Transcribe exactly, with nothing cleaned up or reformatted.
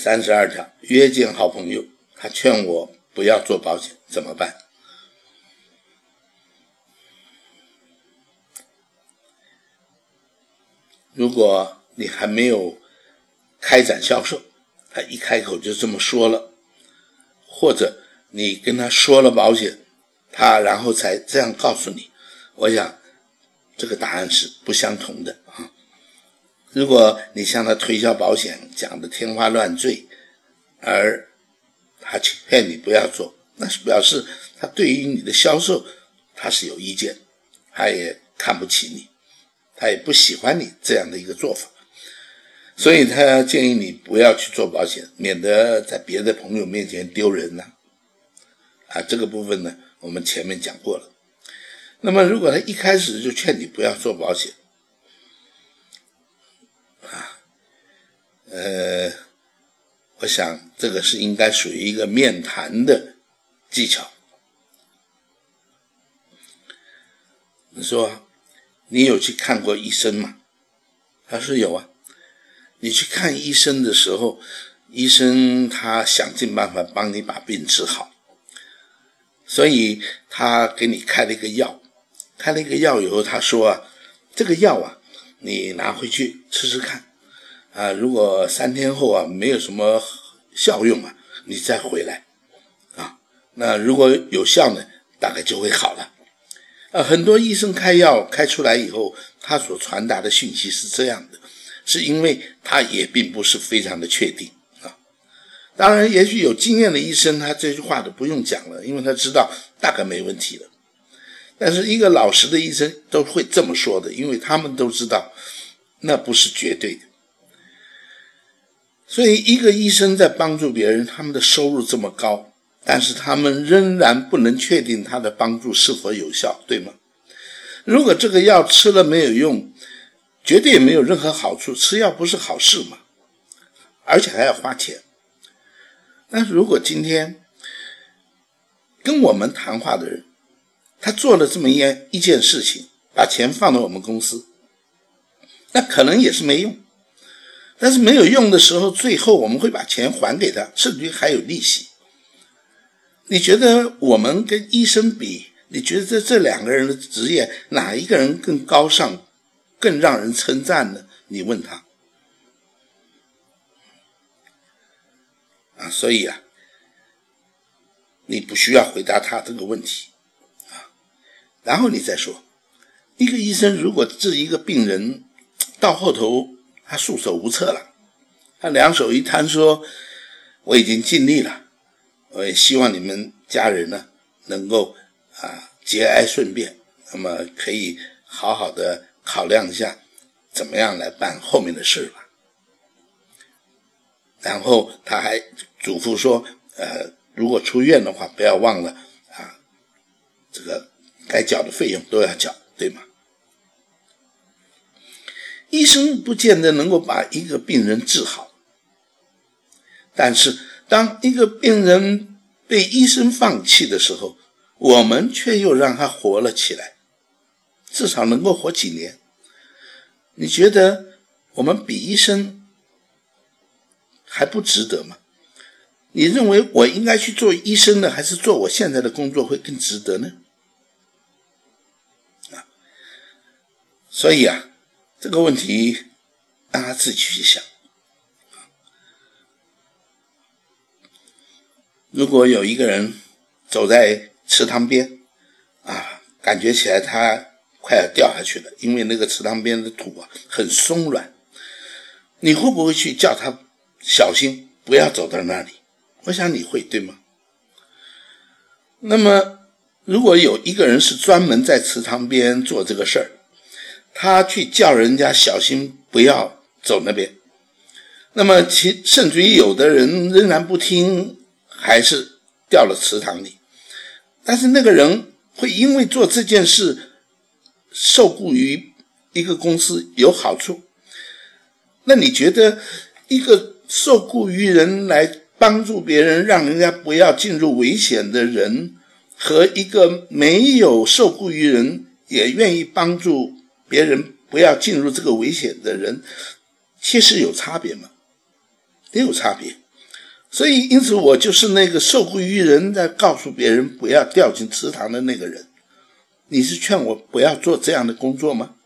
三十二条，约见好朋友，他劝我不要做保险，怎么办？如果你还没有开展销售，他一开口就这么说了，或者你跟他说了保险，他然后才这样告诉你，我想这个答案是不相同的啊。如果你向他推销保险讲的天花乱坠，而他劝你不要做，那是表示他对于你的销售他是有意见，他也看不起你，他也不喜欢你这样的一个做法，所以他建议你不要去做保险，免得在别的朋友面前丢人啊。啊，这个部分呢，我们前面讲过了。那么如果他一开始就劝你不要做保险，啊，呃，我想这个是应该属于一个面谈的技巧。你说你有去看过医生吗？他说有啊。你去看医生的时候，医生他想尽办法帮你把病治好，所以他给你开了一个药，开了一个药以后，他说啊，这个药啊，你拿回去吃吃看啊，如果三天后啊没有什么效用啊，你再回来啊，那如果有效呢，大概就会好了。啊，很多医生开药开出来以后，他所传达的讯息是这样的，是因为他也并不是非常的确定啊。当然也许有经验的医生他这句话都不用讲了，因为他知道大概没问题了。但是一个老实的医生都会这么说的，因为他们都知道那不是绝对的。所以一个医生在帮助别人，他们的收入这么高，但是他们仍然不能确定他的帮助是否有效，对吗？如果这个药吃了没有用，绝对也没有任何好处，吃药不是好事嘛，而且还要花钱。但是如果今天跟我们谈话的人，他做了这么一一件事情，把钱放到我们公司，那可能也是没用，但是没有用的时候，最后我们会把钱还给他，甚至于还有利息。你觉得我们跟医生比，你觉得这两个人的职业哪一个人更高尚，更让人称赞呢？你问他啊，所以啊，你不需要回答他这个问题啊。然后你再说，一个医生如果治一个病人，到后头他束手无策了，他两手一摊说，我已经尽力了，我也希望你们家人呢能够啊节哀顺变，那么可以好好的考量一下怎么样来办后面的事吧。然后他还嘱咐说，呃，如果出院的话，不要忘了啊，这个该缴的费用都要缴，对吗？医生不见得能够把一个病人治好，但是当一个病人被医生放弃的时候，我们却又让他活了起来，至少能够活几年。你觉得我们比医生还不值得吗？你认为我应该去做医生呢，还是做我现在的工作会更值得呢？啊，所以啊，这个问题让他自己去想。如果有一个人走在池塘边啊，感觉起来他快要掉下去了，因为那个池塘边的土啊很松软，你会不会去叫他小心不要走到那里？我想你会，对吗？那么如果有一个人是专门在池塘边做这个事儿，他去叫人家小心不要走那边，那么其甚至于有的人仍然不听，还是掉了池塘里，但是那个人会因为做这件事受雇于一个公司有好处。那你觉得一个受雇于人来帮助别人，让人家不要进入危险的人，和一个没有受雇于人也愿意帮助别人不要进入这个危险的人，其实有差别吗？也有差别。 所以因此我就是那个受雇于人在告诉别人不要掉进池塘的那个人。你是劝我不要做这样的工作吗？